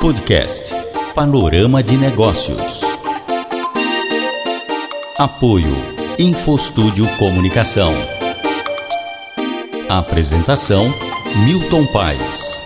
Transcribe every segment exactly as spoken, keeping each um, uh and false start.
Podcast Panorama de Negócios. Apoio Infostúdio Comunicação. Apresentação Milton Paes.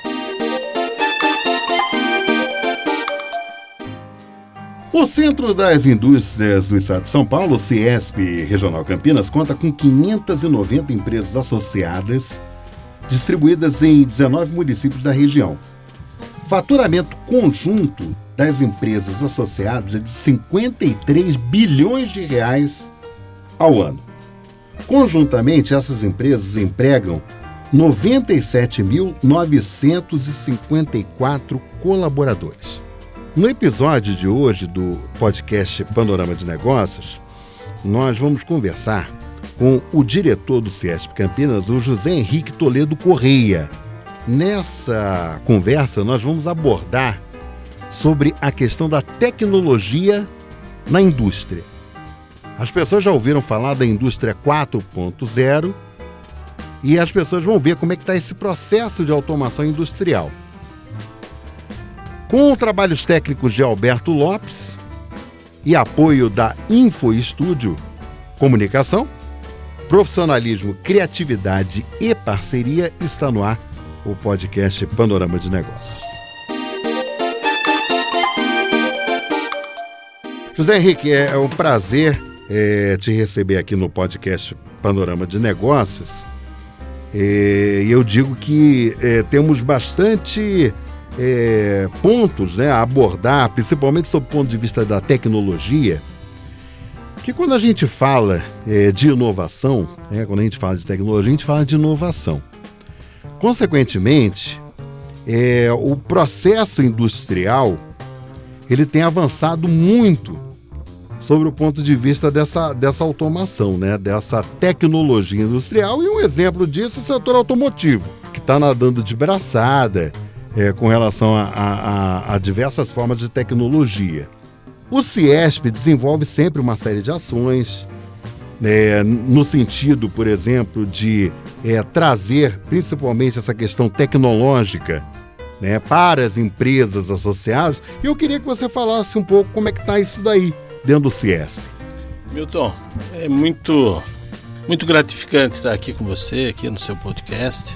O Centro das Indústrias do Estado de São Paulo, o CIESP Regional Campinas, conta com quinhentas e noventa empresas associadas, distribuídas em dezenove municípios da região. Faturamento conjunto das empresas associadas é de cinquenta e três bilhões de reais ao ano. Conjuntamente, essas empresas empregam noventa e sete mil novecentos e cinquenta e quatro colaboradores. No episódio de hoje do podcast Panorama de Negócios, nós vamos conversar com o diretor do CIESP Campinas, o José Henrique Toledo Correia. Nessa conversa, nós vamos abordar sobre a questão da tecnologia na indústria. As pessoas já ouviram falar da indústria quatro ponto zero e as pessoas vão ver como é que está esse processo de automação industrial. Com trabalhos técnicos de Alberto Lopes e apoio da InfoStúdio Comunicação, profissionalismo, criatividade e parceria, está no ar o podcast Panorama de Negócios. José Henrique, é um prazer é, te receber aqui no podcast Panorama de Negócios. E eu digo que é, temos bastante é, pontos, né, a abordar, principalmente sob o ponto de vista da tecnologia, que quando a gente fala é, de inovação, né, quando a gente fala de tecnologia, a gente fala de inovação. Consequentemente, é, o processo industrial ele tem avançado muito sobre o ponto de vista dessa, dessa automação, né, dessa tecnologia industrial, e um exemplo disso é o setor automotivo, que está nadando de braçada é, com relação a, a, a diversas formas de tecnologia. O CIESP desenvolve sempre uma série de ações, é, no sentido, por exemplo, de é, trazer principalmente essa questão tecnológica, né, para as empresas associadas. E eu queria que você falasse um pouco como é que está isso daí dentro do CIESP. Milton, é muito, muito gratificante estar aqui com você, aqui no seu podcast.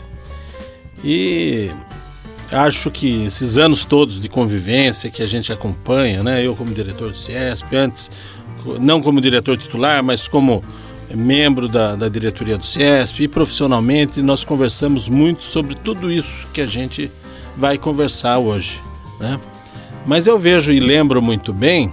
E acho que esses anos todos de convivência que a gente acompanha, né, eu como diretor do CIESP, antes, não como diretor titular, mas como membro da, da diretoria do CIESP, e profissionalmente nós conversamos muito sobre tudo isso que a gente vai conversar hoje, né? Mas eu vejo e lembro muito bem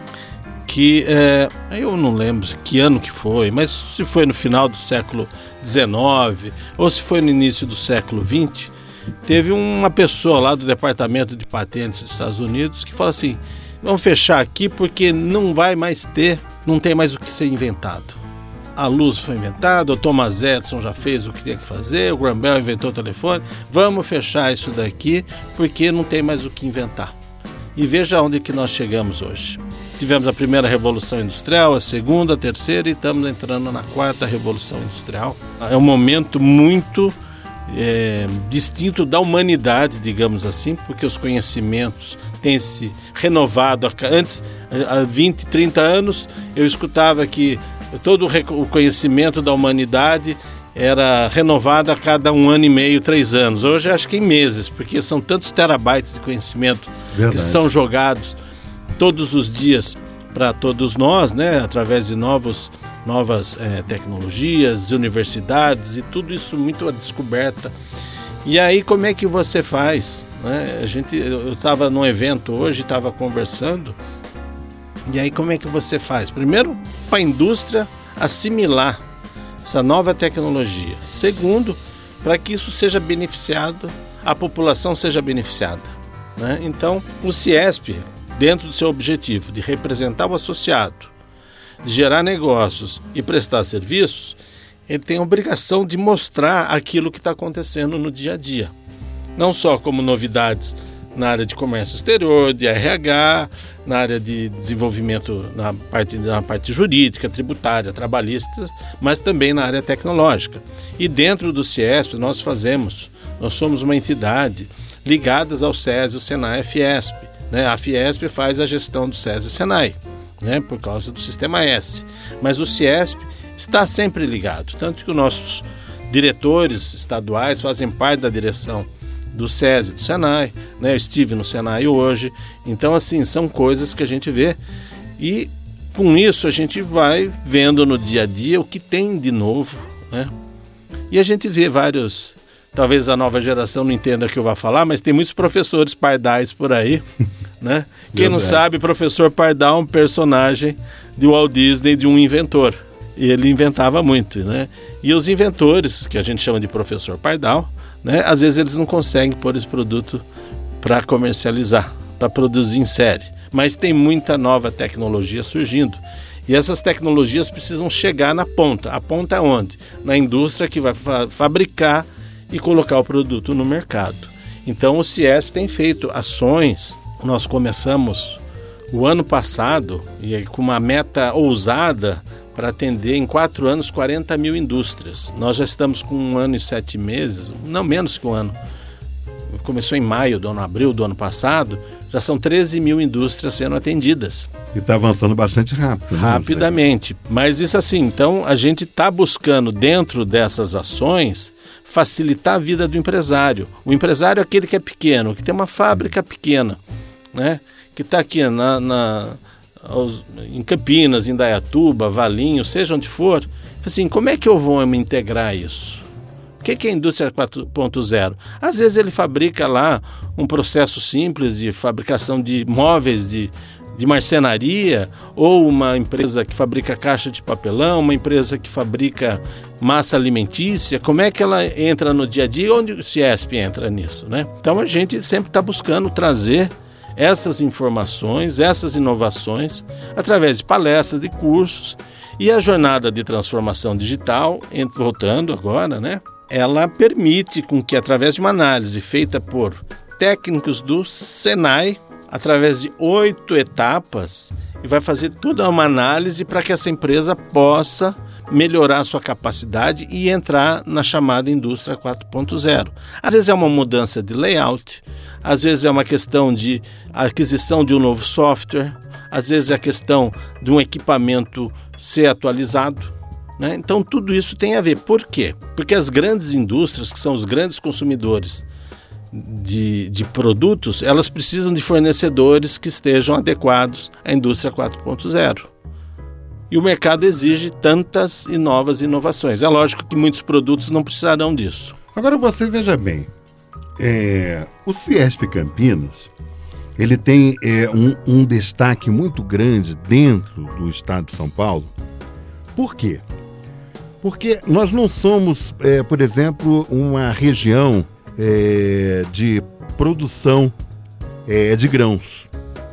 que, é, eu não lembro que ano que foi, mas se foi no final do século dezenove ou se foi no início do século vinte, teve uma pessoa lá do Departamento de Patentes dos Estados Unidos que falou assim: vamos fechar aqui porque não vai mais ter, não tem mais o que ser inventado. A luz foi inventada, o Thomas Edison já fez o que tinha que fazer, o Graham Bell inventou o telefone, vamos fechar isso daqui porque não tem mais o que inventar. E veja onde que nós chegamos hoje. Tivemos a primeira revolução industrial, a segunda, a terceira e estamos entrando na quarta revolução industrial. É um momento muito É, distinto da humanidade, digamos assim, porque os conhecimentos têm se renovado. Antes, há vinte, trinta anos, eu escutava que todo o conhecimento da humanidade era renovado a cada um ano e meio, três anos. Hoje acho que em meses, porque são tantos terabytes de conhecimento Verdade. Que são jogados todos os dias para todos nós, né, através de novos novas é, tecnologias, universidades e tudo isso muito à descoberta. E aí como é que você faz? Né? A gente, eu estava num evento hoje, estava conversando, e aí como é que você faz? Primeiro, para a indústria assimilar essa nova tecnologia. Segundo, para que isso seja beneficiado, a população seja beneficiada. Né? Então, o CIESP, dentro do seu objetivo de representar o associado, de gerar negócios e prestar serviços, ele tem a obrigação de mostrar aquilo que está acontecendo no dia a dia. Não só como novidades na área de comércio exterior, de R H, na área de desenvolvimento na parte, na parte jurídica, tributária, trabalhista, mas também na área tecnológica. E dentro do CIESP nós fazemos, nós somos uma entidade ligadas ao SESI, o Senai e a Fiesp. Né? A Fiesp faz a gestão do SESI e Senai, né? Por causa do Sistema S. Mas o CIESP está sempre ligado, tanto que os nossos diretores estaduais fazem parte da direção do SESI, do Senai, né? Eu estive no Senai hoje. Então, assim, são coisas que a gente vê e com isso a gente vai vendo no dia a dia o que tem de novo, né? E a gente vê vários, talvez a nova geração não entenda o que eu vou falar, mas tem muitos professores pardais por aí, né? Quem não sabe, professor Pardal é um personagem de Walt Disney, de um inventor. E ele inventava muito, né? E os inventores, que a gente chama de professor Pardal, né? Às vezes eles não conseguem pôr esse produto para comercializar, para produzir em série. Mas tem muita nova tecnologia surgindo. E essas tecnologias precisam chegar na ponta. A ponta é onde? Na indústria que vai fa- fabricar e colocar o produto no mercado. Então o CIESP tem feito ações. Nós começamos o ano passado e com uma meta ousada para atender em quatro anos quarenta mil indústrias. Nós já estamos com um ano e sete meses, não menos que um ano. Começou em maio do ano, abril do ano passado, já são treze mil indústrias sendo atendidas. E está avançando bastante rápido. Né? Rapidamente. Mas isso assim, então a gente está buscando dentro dessas ações facilitar a vida do empresário. O empresário é aquele que é pequeno, que tem uma fábrica pequena, né? Que está aqui na, na, aos, em Campinas, em Indaiatuba, Valinho, seja onde for. Assim, como é que eu vou me integrar isso? O que é a indústria quatro ponto zero? Às vezes ele fabrica lá um processo simples de fabricação de móveis de, de marcenaria, ou uma empresa que fabrica caixa de papelão, uma empresa que fabrica massa alimentícia. Como é que ela entra no dia a dia? Onde o CIESP entra nisso, né? Então a gente sempre está buscando trazer essas informações, essas inovações, através de palestras, de cursos. E a jornada de transformação digital, voltando agora, né? Ela permite com que, através de uma análise feita por técnicos do Senai, através de oito etapas, e vai fazer toda uma análise para que essa empresa possa melhorar sua capacidade e entrar na chamada indústria quatro ponto zero. Às vezes é uma mudança de layout, às vezes é uma questão de aquisição de um novo software, às vezes é a questão de um equipamento ser atualizado. Né? Então tudo isso tem a ver. Por quê? Porque as grandes indústrias, que são os grandes consumidores de, de produtos, elas precisam de fornecedores que estejam adequados à indústria quatro ponto zero. E o mercado exige tantas e novas inovações. É lógico que muitos produtos não precisarão disso. Agora você veja bem, é, o CIESP Campinas, ele tem é, um, um destaque muito grande dentro do estado de São Paulo. Por quê? Porque nós não somos, é, por exemplo, uma região é, de produção é, de grãos,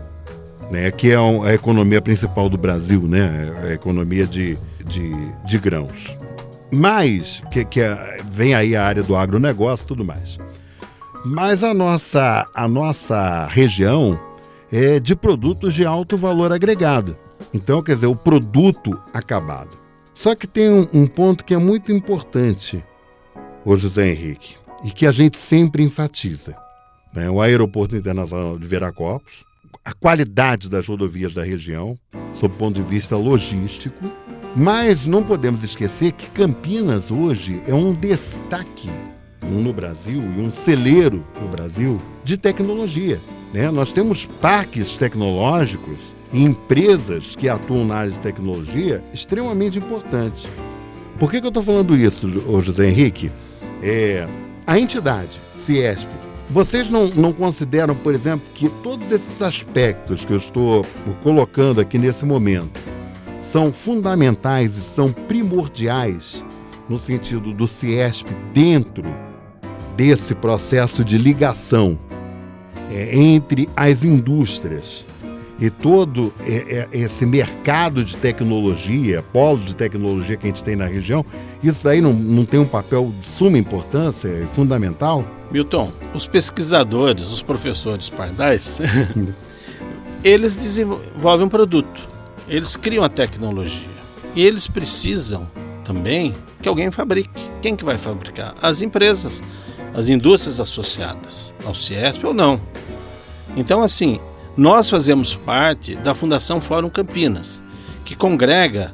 né, que é a economia principal do Brasil, né, a economia de, de, de grãos. Mas, que, que é, vem aí a área do agronegócio e tudo mais. Mas a nossa, a nossa região é de produtos de alto valor agregado. Então, quer dizer, o produto acabado. Só que tem um, um ponto que é muito importante, ô José Henrique, e que a gente sempre enfatiza, né? O Aeroporto Internacional de Viracopos, a qualidade das rodovias da região, sob o ponto de vista logístico, mas não podemos esquecer que Campinas hoje é um destaque no Brasil e um celeiro no Brasil de tecnologia, né? Nós temos parques tecnológicos e empresas que atuam na área de tecnologia extremamente importantes. Por que que eu estou falando isso, ô José Henrique? É, a entidade, CIESP, vocês não, não consideram, por exemplo, que todos esses aspectos que eu estou colocando aqui nesse momento são fundamentais e são primordiais no sentido do CIESP dentro desse processo de ligação é, entre as indústrias e todo esse mercado de tecnologia, polos de tecnologia que a gente tem na região, isso daí não, não tem um papel de suma importância, é fundamental? Milton, os pesquisadores, os professores pardais, eles desenvolvem um produto, eles criam a tecnologia e eles precisam também que alguém fabrique. Quem que vai fabricar? As empresas. as indústrias associadas ao Ciesp ou não. Então, assim, nós fazemos parte da Fundação Fórum Campinas, que congrega,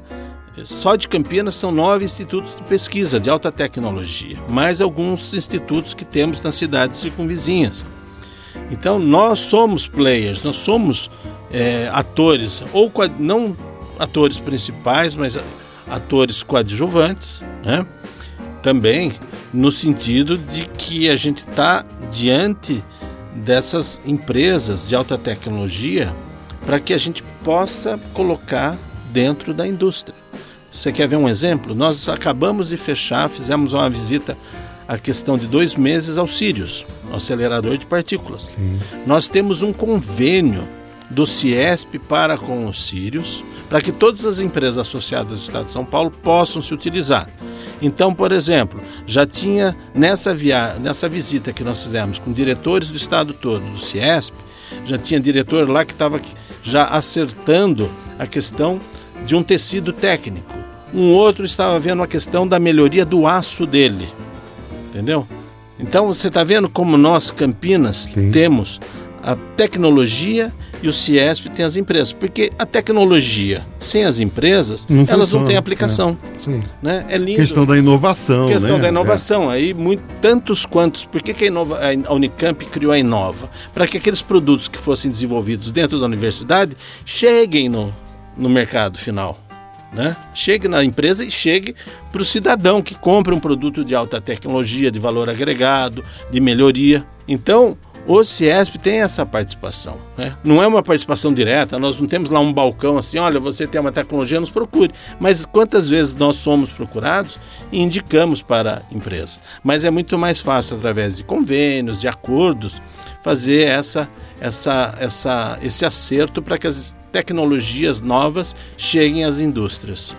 só de Campinas são nove institutos de pesquisa de alta tecnologia, mais alguns institutos que temos nas cidades circunvizinhas. Então, nós somos players, nós somos é, atores, ou não atores principais, mas atores coadjuvantes, né? Também no sentido de que a gente está diante dessas empresas de alta tecnologia para que a gente possa colocar dentro da indústria. Você quer ver um exemplo? Nós acabamos de fechar, fizemos uma visita a questão de dois meses ao Sirius, ao acelerador de partículas. Sim. Nós temos um convênio do Ciesp para com o Sirius, para que todas as empresas associadas do Estado de São Paulo possam se utilizar. Então, por exemplo, já tinha nessa, via... nessa visita que nós fizemos com diretores do Estado todo, do Ciesp, já tinha diretor lá que estava já acertando a questão de um tecido técnico. Um outro estava vendo a questão da melhoria do aço dele. Entendeu? Então você está vendo como nós, Campinas, Sim. temos a tecnologia e o Ciesp tem as empresas. Porque a tecnologia sem as empresas, não elas funciona, não têm aplicação. É. Sim. Né? É lindo. Questão da inovação. Questão né? da inovação. É. Aí muito, tantos quantos. Por que, que a, Inova, a Unicamp criou a Inova? Para que aqueles produtos que fossem desenvolvidos dentro da universidade cheguem no, no mercado final. Né? Chegue na empresa e chegue para o cidadão que compra um produto de alta tecnologia, de valor agregado, de melhoria. Então, o Ciesp tem essa participação. Né? Não é uma participação direta, nós não temos lá um balcão assim, olha, você tem uma tecnologia, nos procure. Mas quantas vezes nós somos procurados e indicamos para a empresa? Mas é muito mais fácil, através de convênios, de acordos, fazer essa, essa, essa, esse acerto para que as tecnologias novas cheguem às indústrias.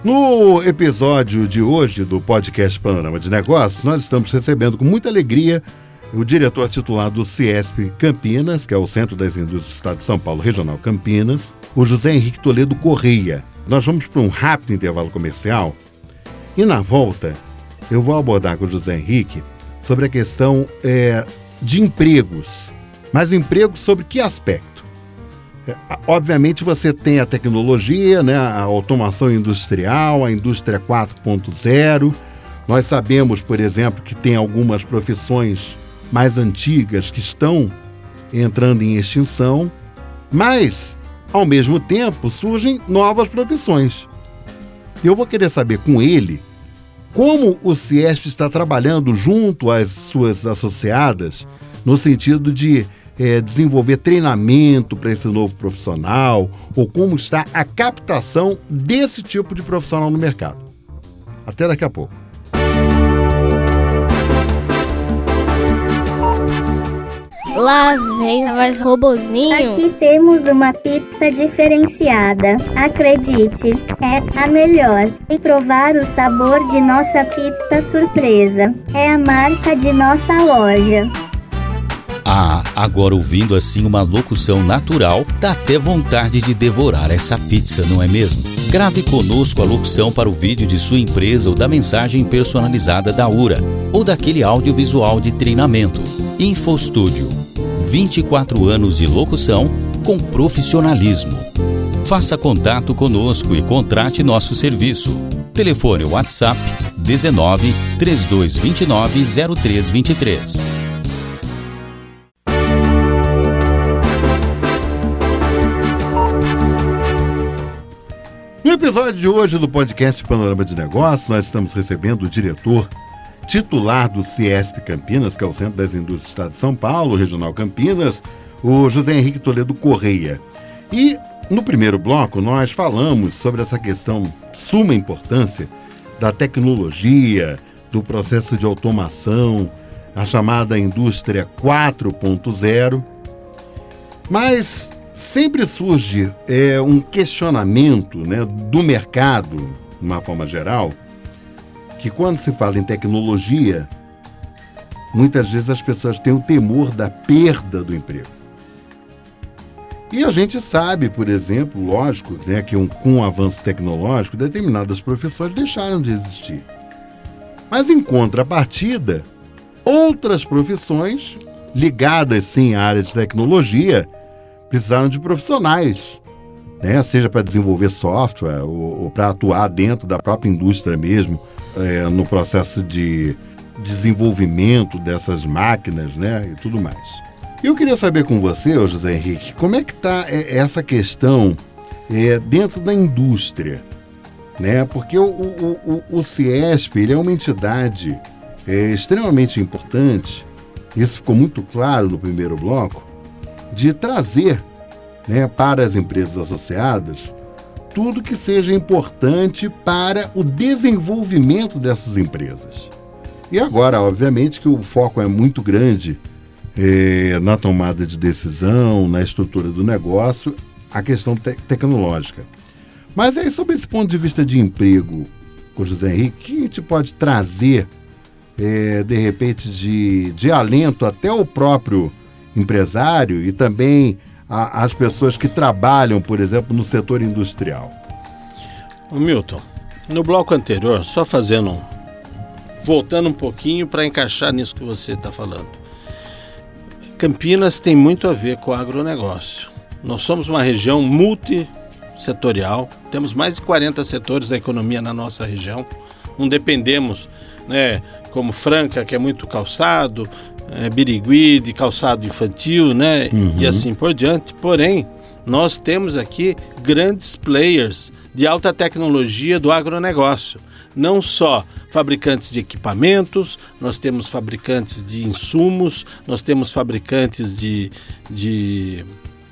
No episódio de hoje do podcast Panorama de Negócios, nós estamos recebendo com muita alegria o diretor titular do Ciesp Campinas, que é o Centro das Indústrias do Estado de São Paulo, Regional Campinas, o José Henrique Toledo Correia. Nós vamos para um rápido intervalo comercial e na volta eu vou abordar com o José Henrique sobre a questão é, de empregos. Mas empregos sobre que aspecto? Obviamente você tem a tecnologia, né, a automação industrial, a indústria quatro ponto zero. Nós sabemos, por exemplo, que tem algumas profissões mais antigas que estão entrando em extinção, mas, ao mesmo tempo, surgem novas profissões. Eu vou querer saber com ele como o Ciesp está trabalhando junto às suas associadas no sentido de É, desenvolver treinamento para esse novo profissional, ou como está a captação desse tipo de profissional no mercado. Até daqui a pouco. Lá vem mais robozinho. Aqui temos uma pizza diferenciada. Acredite, é a melhor. E provar o sabor de nossa pizza surpresa. É a marca de nossa loja. Ah, agora ouvindo assim uma locução natural, dá até vontade de devorar essa pizza, não é mesmo? Grave conosco a locução para o vídeo de sua empresa ou da mensagem personalizada da URA, ou daquele audiovisual de treinamento. InfoStúdio, vinte e quatro anos de locução com profissionalismo. Faça contato conosco e contrate nosso serviço. Telefone WhatsApp dezenove, trinta e dois vinte e nove, zero três vinte e três. No episódio de hoje do podcast Panorama de Negócios, nós estamos recebendo o diretor titular do Ciesp Campinas, que é o Centro das Indústrias do Estado de São Paulo, Regional Campinas, o José Henrique Toledo Correia. E no primeiro bloco nós falamos sobre essa questão de suma importância da tecnologia, do processo de automação, a chamada indústria quatro ponto zero. Mas sempre surge é, um questionamento, né, do mercado, de uma forma geral, que quando se fala em tecnologia, muitas vezes as pessoas têm o temor da perda do emprego. E a gente sabe, por exemplo, lógico, né, que um, com o avanço tecnológico, determinadas profissões deixaram de existir. Mas em contrapartida, outras profissões ligadas, sim, à área de tecnologia, precisaram de profissionais, né? Seja para desenvolver software ou, ou para atuar dentro da própria indústria mesmo, é, no processo de desenvolvimento dessas máquinas, né? E tudo mais. Eu queria saber com você, José Henrique, como é que está essa questão é, dentro da indústria, né? Porque o, o, o, o CIESP, ele é uma entidade é, extremamente importante, isso ficou muito claro no primeiro bloco, de trazer, né, para as empresas associadas tudo que seja importante para o desenvolvimento dessas empresas. E agora, obviamente, que o foco é muito grande é, na tomada de decisão, na estrutura do negócio, a questão te- tecnológica. Mas aí, sob esse ponto de vista de emprego, o José Henrique, o que a gente pode trazer, é, de repente, de, de alento até o próprio empresário e também a, as pessoas que trabalham, por exemplo, no setor industrial? O Milton, no bloco anterior, só fazendo um, voltando um pouquinho para encaixar nisso que você está falando. Campinas tem muito a ver com o agronegócio. Nós somos uma região multissetorial, temos mais de quarenta setores da economia na nossa região. Não dependemos, né, como Franca, que é muito calçado, é, Birigui, de calçado infantil, né, uhum. e assim por diante. Porém, nós temos aqui grandes players de alta tecnologia do agronegócio. Não só fabricantes de equipamentos, nós temos fabricantes de insumos, nós temos fabricantes de, de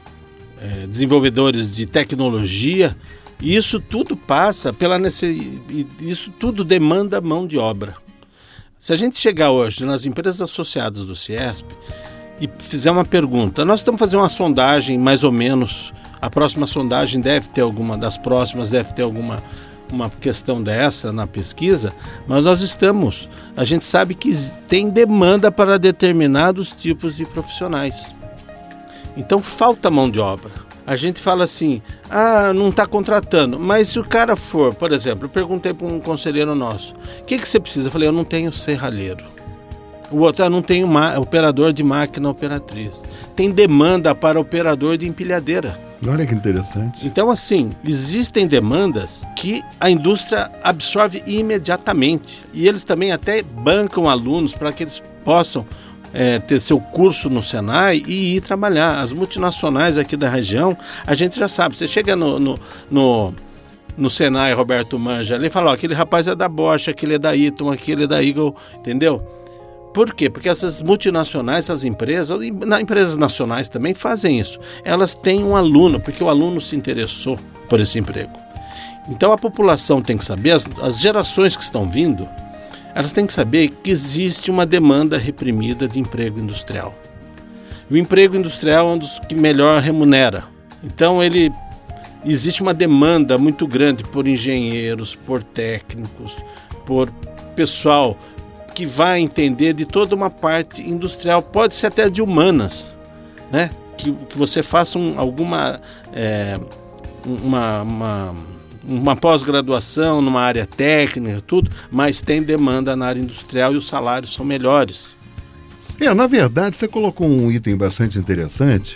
é, desenvolvedores de tecnologia. E isso tudo passa pela necessidade, isso tudo demanda mão de obra. Se a gente chegar hoje nas empresas associadas do CIESP e fizer uma pergunta, nós estamos fazendo uma sondagem mais ou menos, a próxima sondagem deve ter alguma, das próximas deve ter alguma uma questão dessa na pesquisa, mas nós estamos, a gente sabe que tem demanda para determinados tipos de profissionais. Então falta mão de obra. A gente fala assim, ah, não está contratando, mas se o cara for, por exemplo, eu perguntei para um conselheiro nosso, o que, que você precisa? Eu falei, eu não tenho serralheiro. O outro, ah, não tenho ma- operador de máquina operatriz. Tem demanda para operador de empilhadeira. Olha que interessante. Então, assim, existem demandas que a indústria absorve imediatamente. E eles também até bancam alunos para que eles possam é, ter seu curso no Senai e ir trabalhar. As multinacionais aqui da região, a gente já sabe. Você chega no, no, no, no Senai, Roberto Manja, ali e fala, ó, aquele rapaz é da Bosch, aquele é da Eaton, aquele é da Eagle, entendeu? Por quê? Porque essas multinacionais, essas empresas, e na, empresas nacionais também fazem isso. Elas têm um aluno, porque o aluno se interessou por esse emprego. Então a população tem que saber, as, as gerações que estão vindo, elas têm que saber que existe uma demanda reprimida de emprego industrial. E o emprego industrial é um dos que melhor remunera. Então ele existe uma demanda muito grande por engenheiros, por técnicos, por pessoal que vai entender de toda uma parte industrial, pode ser até de humanas, né? Que, que você faça um, alguma é, uma, uma, uma pós-graduação numa área técnica, tudo, mas tem demanda na área industrial e os salários são melhores. É, na verdade, você colocou um item bastante interessante,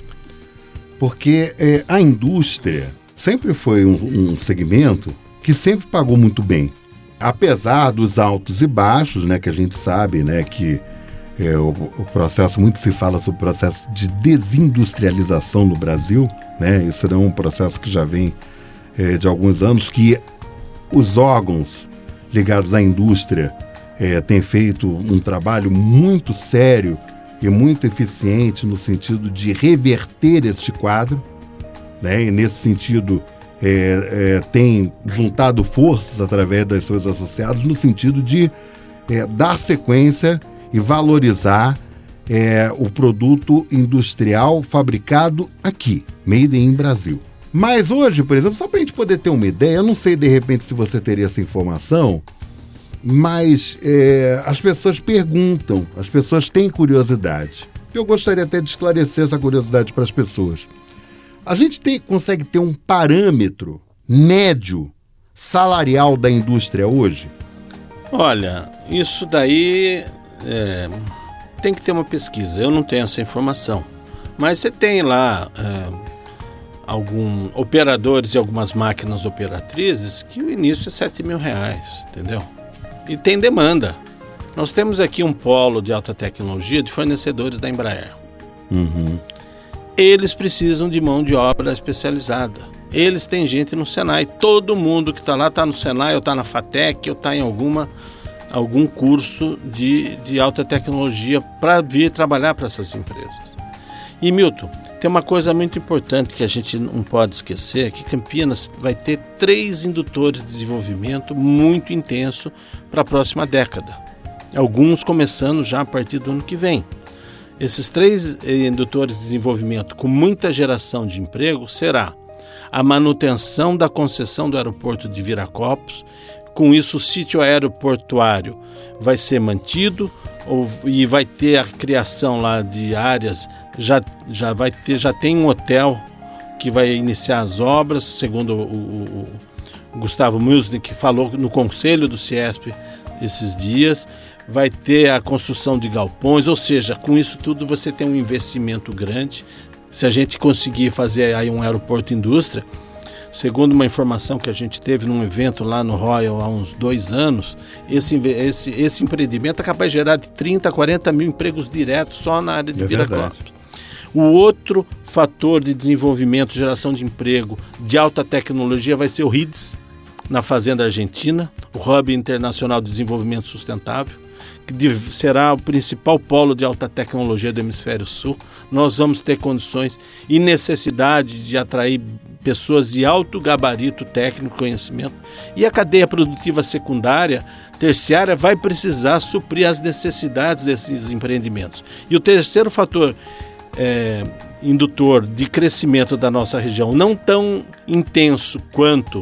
porque é, a indústria sempre foi um, um segmento que sempre pagou muito bem. Apesar dos altos e baixos, né, que a gente sabe, né, que é, o, o processo, muito se fala sobre o processo de desindustrialização no Brasil, né, isso é um processo que já vem é, de alguns anos, que os órgãos ligados à indústria é, têm feito um trabalho muito sério e muito eficiente no sentido de reverter este quadro, né, e nesse sentido É, é, tem juntado forças através das suas associadas no sentido de é, dar sequência e valorizar é, o produto industrial fabricado aqui, made in Brasil. Mas hoje, por exemplo, só para a gente poder ter uma ideia, eu não sei de repente se você teria essa informação, mas é, as pessoas perguntam, as pessoas têm curiosidade. Eu gostaria até de esclarecer essa curiosidade para as pessoas. A gente tem, consegue ter um parâmetro médio salarial da indústria hoje? Olha, isso daí é, tem que ter uma pesquisa. Eu não tenho essa informação. Mas você tem lá é, algum, operadores e algumas máquinas operatrizes que o início é sete mil reais, entendeu? E tem demanda. Nós temos aqui um polo de alta tecnologia de fornecedores da Embraer. Uhum. Eles precisam de mão de obra especializada. Eles têm gente no Senai. Todo mundo que está lá está no Senai, ou está na FATEC, ou está em alguma, algum curso de, de alta tecnologia para vir trabalhar para essas empresas. E, Milton, tem uma coisa muito importante que a gente não pode esquecer, que Campinas vai ter três indutores de desenvolvimento muito intenso para a próxima década. Alguns começando já a partir do ano que vem. Esses três indutores de desenvolvimento com muita geração de emprego será a manutenção da concessão do aeroporto de Viracopos. Com isso, o sítio aeroportuário vai ser mantido ou, e vai ter a criação lá de áreas, já, já, vai ter, já tem um hotel que vai iniciar as obras, segundo o, o, o Gustavo Musnik, que falou no conselho do CIESP esses dias. Vai ter a construção de galpões, ou seja, com isso tudo você tem um investimento grande. Se a gente conseguir fazer aí um aeroporto indústria, segundo uma informação que a gente teve num evento lá no Royal há uns dois anos, esse, esse, esse empreendimento é capaz de gerar de trinta a quarenta mil empregos diretos só na área de é Viracopos. O outro fator de desenvolvimento, geração de emprego de alta tecnologia vai ser o R I D S, na Fazenda Argentina, o Hub Internacional de Desenvolvimento Sustentável, que será o principal polo de alta tecnologia do Hemisfério Sul. Nós vamos ter condições e necessidade de atrair pessoas de alto gabarito técnico e conhecimento. E a cadeia produtiva secundária, terciária, vai precisar suprir as necessidades desses empreendimentos. E o terceiro fator é, indutor de crescimento da nossa região, não tão intenso quanto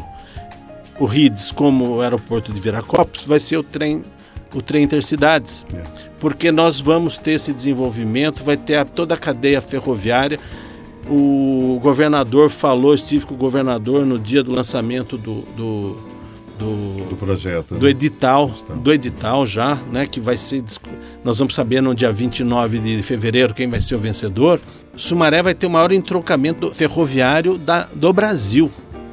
o R I D S como o aeroporto de Viracopos, vai ser o trem o trem intercidades, é. Porque nós vamos ter esse desenvolvimento, vai ter a, toda a cadeia ferroviária. O governador falou, estive com o governador no dia do lançamento do, do, do, do projeto, do edital, né? do edital já, né, que vai ser, nós vamos saber no dia vinte e nove de fevereiro quem vai ser o vencedor. Sumaré vai ter o maior entroncamento ferroviário da, do Brasil,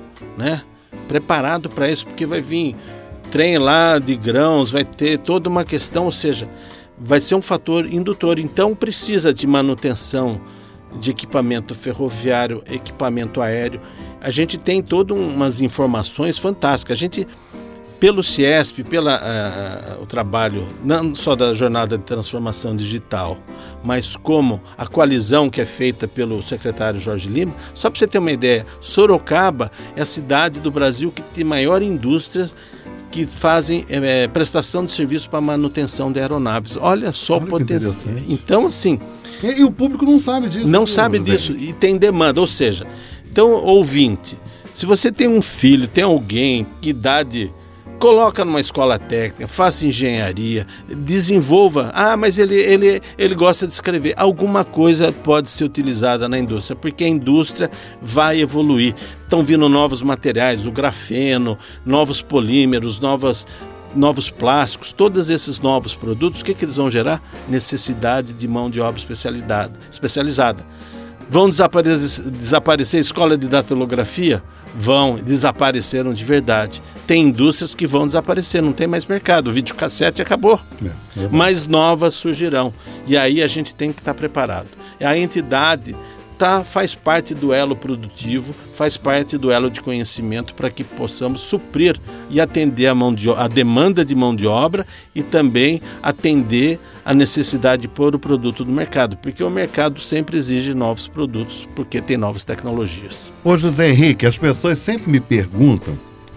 né? Preparado para isso, porque vai vir trem lá de grãos, vai ter toda uma questão, ou seja, vai ser um fator indutor. Então precisa de manutenção de equipamento ferroviário, equipamento aéreo. A gente tem todas umas informações fantásticas. A gente, pelo CIESP, pelo uh, o trabalho, não só da jornada de transformação digital, mas como a coalizão que é feita pelo secretário Jorge Lima, só para você ter uma ideia, Sorocaba é a cidade do Brasil que tem maior indústria que fazem é, prestação de serviço para manutenção de aeronaves. Olha só Olha o potencial. Então, assim... E, e o público não sabe disso. Não sabe José. disso e tem demanda. Ou seja, então, ouvinte, se você tem um filho, tem alguém que idade... Coloca numa escola técnica, faça engenharia, desenvolva. Ah, mas ele, ele, ele gosta de escrever. Alguma coisa pode ser utilizada na indústria, porque a indústria vai evoluir. Estão vindo novos materiais, o grafeno, novos polímeros, novas, novos plásticos. Todos esses novos produtos, o que, que eles vão gerar? Necessidade de mão de obra especializada. especializada. Vão desaparecer, desaparecer a escola de datilografia? Vão, desapareceram de verdade. Tem indústrias que vão desaparecer, não tem mais mercado. O videocassete acabou, é, é mas novas surgirão. E aí a gente tem que estar preparado. A entidade tá, faz parte do elo produtivo, faz parte do elo de conhecimento para que possamos suprir e atender a, mão de, a demanda de mão de obra e também atender a necessidade de pôr o produto no mercado, porque o mercado sempre exige novos produtos, porque tem novas tecnologias. Ô José Henrique, as pessoas sempre me perguntam,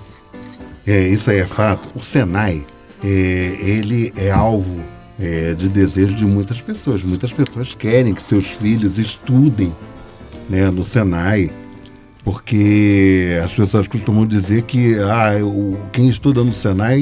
é, isso aí é fato, o Senai, é, ele é alvo é, de desejo de muitas pessoas. Muitas pessoas querem que seus filhos estudem, né, no Senai, porque as pessoas costumam dizer que ah, o, quem estuda no Senai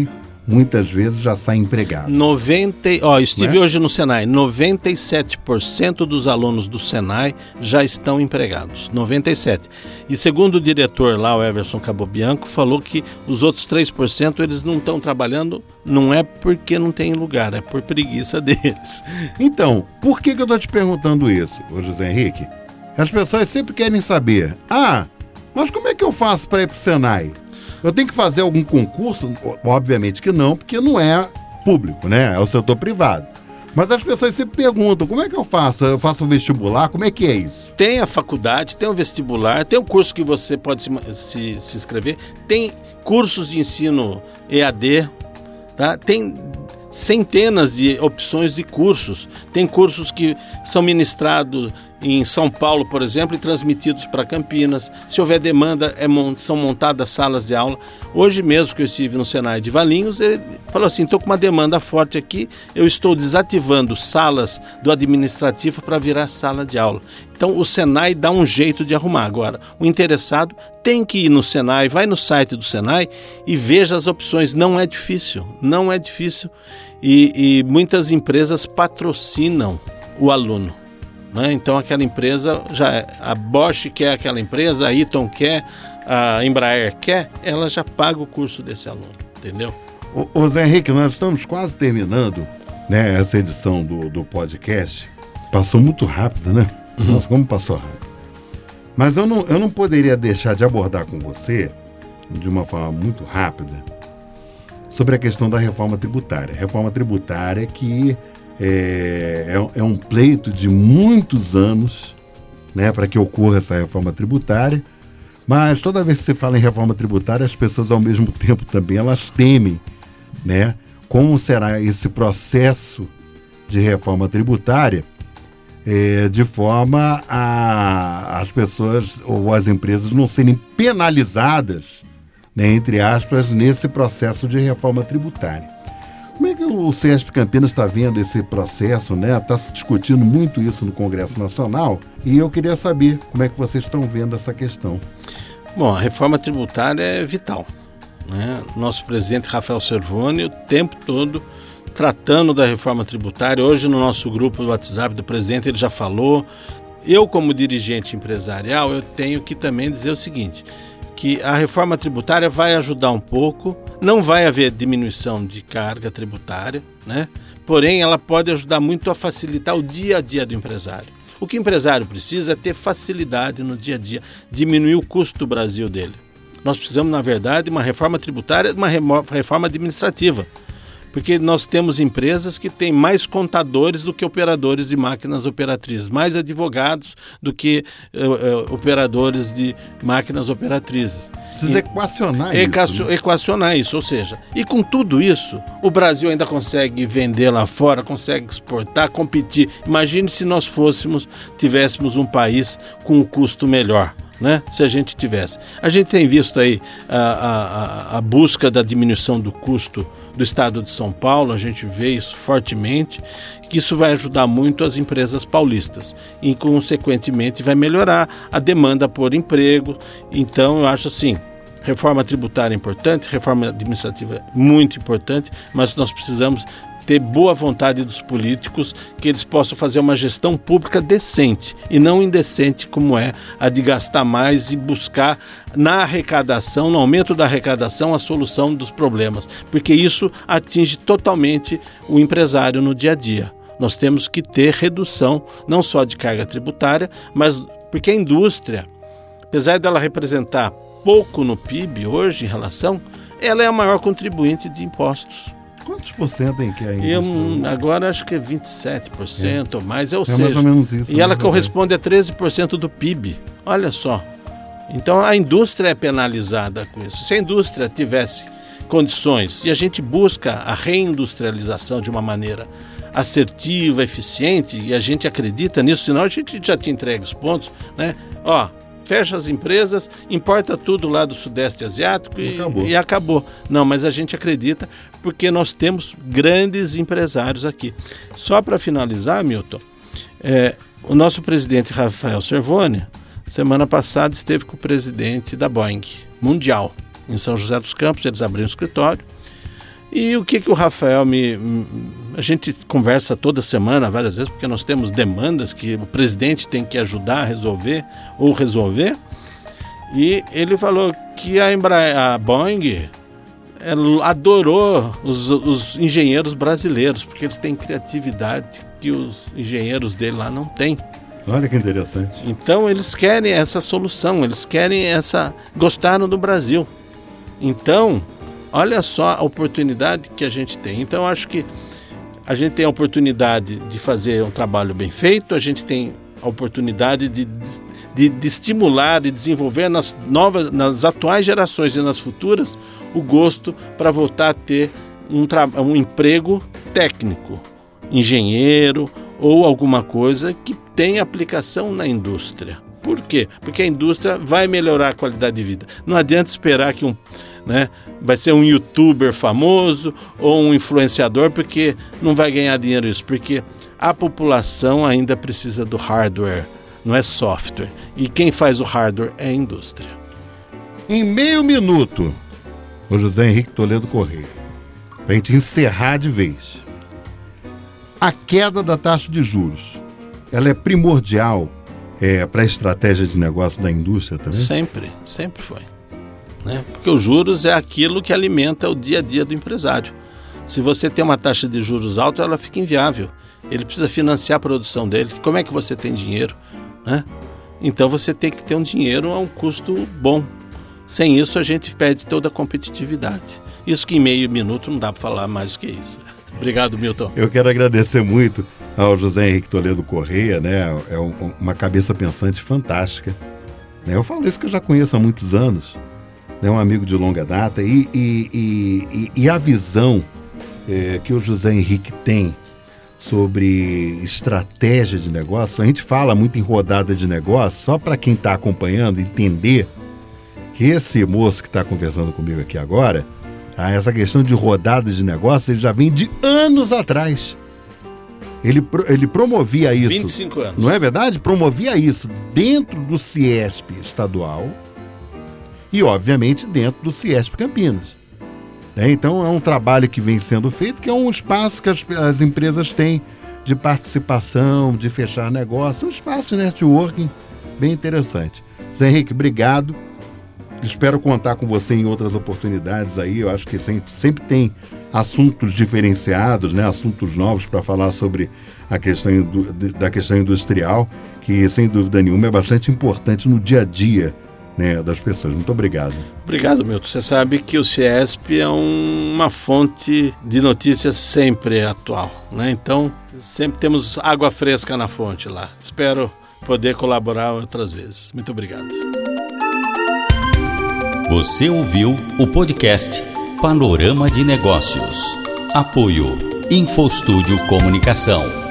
muitas vezes já saem empregados. noventa, ó, estive Né? hoje no Senai, noventa e sete por cento dos alunos do Senai já estão empregados, noventa e sete por cento. E segundo o diretor lá, o Everson Cabobianco, falou que os outros três por cento eles não estão trabalhando, não é porque não tem lugar, é por preguiça deles. Então, por que, que eu estou te perguntando isso, ô José Henrique? As pessoas sempre querem saber, ah, mas como é que eu faço para ir para o Senai? Eu tenho que fazer algum concurso? Obviamente que não, porque não é público, né? É o setor privado. Mas as pessoas sempre perguntam, como é que eu faço? Eu faço um vestibular? Como é que é isso? Tem a faculdade, tem o vestibular, tem o curso que você pode se, se, se inscrever, tem cursos de ensino E A D, tá? Tem centenas de opções de cursos. Tem cursos que são ministrados em São Paulo, por exemplo, e transmitidos para Campinas. Se houver demanda, é, são montadas salas de aula. Hoje mesmo que eu estive no Senai de Valinhos, ele falou assim, estou com uma demanda forte aqui, eu estou desativando salas do administrativo para virar sala de aula. Então o Senai dá um jeito de arrumar. Agora, o interessado tem que ir no Senai, vai no site do Senai e veja as opções. Não é difícil, não é difícil. E, e muitas empresas patrocinam o aluno. Né? Então aquela empresa, já é, a Bosch quer aquela empresa, a Eaton quer, a Embraer quer, ela já paga o curso desse aluno, entendeu? Ô, ô Zé Henrique, nós estamos quase terminando, né, essa edição do, do podcast. Passou muito rápido, né? Uhum. Nossa, como passou rápido. Mas eu não, eu não poderia deixar de abordar com você, de uma forma muito rápida, sobre a questão da reforma tributária. Reforma tributária que É, é, é um pleito de muitos anos, né, para que ocorra essa reforma tributária, mas toda vez que se fala em reforma tributária, as pessoas ao mesmo tempo também elas temem, né, como será esse processo de reforma tributária, é, de forma a as pessoas ou as empresas não serem penalizadas, né, entre aspas, nesse processo de reforma tributária. Como é que o SESP Campinas está vendo esse processo, né? Está se discutindo muito isso no Congresso Nacional e eu queria saber como é que vocês estão vendo essa questão. Bom, a reforma tributária é vital, né? Nosso presidente Rafael Cervoni o tempo todo tratando da reforma tributária. Hoje no nosso grupo do WhatsApp do presidente ele já falou. Eu como dirigente empresarial eu tenho que também dizer o seguinte, que a reforma tributária vai ajudar um pouco, não vai haver diminuição de carga tributária, né? Porém ela pode ajudar muito a facilitar o dia a dia do empresário. O que o empresário precisa é ter facilidade no dia a dia, diminuir o custo do Brasil dele. Nós precisamos, na verdade, de uma reforma tributária, de uma reforma administrativa. Porque nós temos empresas que têm mais contadores do que operadores de máquinas operatrizes, mais advogados do que uh, uh, operadores de máquinas operatrizes. Precisa e, equacionar equacio, isso. Né? Equacionar isso, ou seja, e com tudo isso, o Brasil ainda consegue vender lá fora, consegue exportar, competir. Imagine se nós fôssemos, tivéssemos um país com um custo melhor. Né? Se a gente tivesse. A gente tem visto aí a, a, a busca da diminuição do custo do estado de São Paulo, a gente vê isso fortemente, que isso vai ajudar muito as empresas paulistas e, consequentemente, vai melhorar a demanda por emprego. Então, eu acho assim, reforma tributária é importante, reforma administrativa é muito importante, mas nós precisamos ter boa vontade dos políticos, que eles possam fazer uma gestão pública decente e não indecente como é a de gastar mais e buscar na arrecadação, no aumento da arrecadação, a solução dos problemas, porque isso atinge totalmente o empresário no dia a dia. Nós temos que ter redução não só de carga tributária, mas porque a indústria, apesar dela representar pouco no P I B hoje em relação, ela é a maior contribuinte de impostos. Quantos por cento tem que é isso? Eu, agora acho que é vinte e sete por cento ou mais, ou é seja, mais ou menos isso, e ela corresponde a treze por cento do P I B. Olha só. Então a indústria é penalizada com isso. Se a indústria tivesse condições e a gente busca a reindustrialização de uma maneira assertiva, eficiente, e a gente acredita nisso, senão a gente já te entrega os pontos, né? Ó, fecha as empresas, importa tudo lá do Sudeste Asiático e acabou. e acabou. Não, mas a gente acredita porque nós temos grandes empresários aqui. Só para finalizar, Milton, é, o nosso presidente Rafael Cervoni, semana passada esteve com o presidente da Boeing Mundial, em São José dos Campos, eles abriram um escritório E o que, que o Rafael me... A gente conversa toda semana, várias vezes, porque nós temos demandas que o presidente tem que ajudar a resolver ou resolver. E ele falou que a, Embra... a Boeing ela adorou os, os engenheiros brasileiros, porque eles têm criatividade que os engenheiros dele lá não têm. Olha que interessante. Então eles querem essa solução, eles querem essa... Gostaram do Brasil. Então, olha só a oportunidade que a gente tem. Então, eu acho que a gente tem a oportunidade de fazer um trabalho bem feito, a gente tem a oportunidade de, de, de estimular e desenvolver nas novas, nas atuais gerações e nas futuras, o gosto para voltar a ter um, tra- um emprego técnico, engenheiro ou alguma coisa que tenha aplicação na indústria. Por quê? Porque a indústria vai melhorar a qualidade de vida. Não adianta esperar que um, né, vai ser um youtuber famoso ou um influenciador, porque não vai ganhar dinheiro isso, porque a população ainda precisa do hardware, não é software. E quem faz o hardware é a indústria. Em meio minuto, o José Henrique Toledo Correia, para a gente encerrar de vez. A queda da taxa de juros, ela é primordial é, para a estratégia de negócio da indústria também? Sempre, sempre foi. Né? Porque os juros é aquilo que alimenta o dia a dia do empresário. Se você tem uma taxa de juros alta, ela fica inviável. Ele precisa financiar a produção dele. Como é que você tem dinheiro? Né? Então você tem que ter um dinheiro a um custo bom. Sem isso a gente perde toda a competitividade. Isso que em meio minuto não dá para falar mais do que isso. Obrigado, Milton. Eu quero agradecer muito ao José Henrique Toledo Correia, né? É uma cabeça pensante fantástica. Eu falo isso que eu já conheço há muitos anos. É um amigo de longa data. E, e, e, e a visão é, que o José Henrique tem sobre estratégia de negócio, a gente fala muito em rodada de negócio, só para quem está acompanhando entender que esse moço que está conversando comigo aqui agora, ah, essa questão de rodada de negócio, ele já vem de anos atrás. Ele, ele promovia isso. vinte e cinco anos. Não é verdade? Promovia isso dentro do CIESP estadual e, obviamente, dentro do CIESP Campinas. É, então, é um trabalho que vem sendo feito, que é um espaço que as, as empresas têm de participação, de fechar negócio, um espaço de networking bem interessante. Zé Henrique, obrigado. Espero contar com você em outras oportunidades aí. Eu acho que sempre, sempre tem assuntos diferenciados, né? Assuntos novos para falar sobre a questão da questão industrial, que sem dúvida nenhuma é bastante importante no dia a dia, né, das pessoas. Muito obrigado. Obrigado, Milton. Você sabe que o CIESP é um, uma fonte de notícias sempre atual, né? Então, sempre temos água fresca na fonte lá. Espero poder colaborar outras vezes. Muito obrigado. Você ouviu o podcast Panorama de Negócios. Apoio InfoStúdio Comunicação.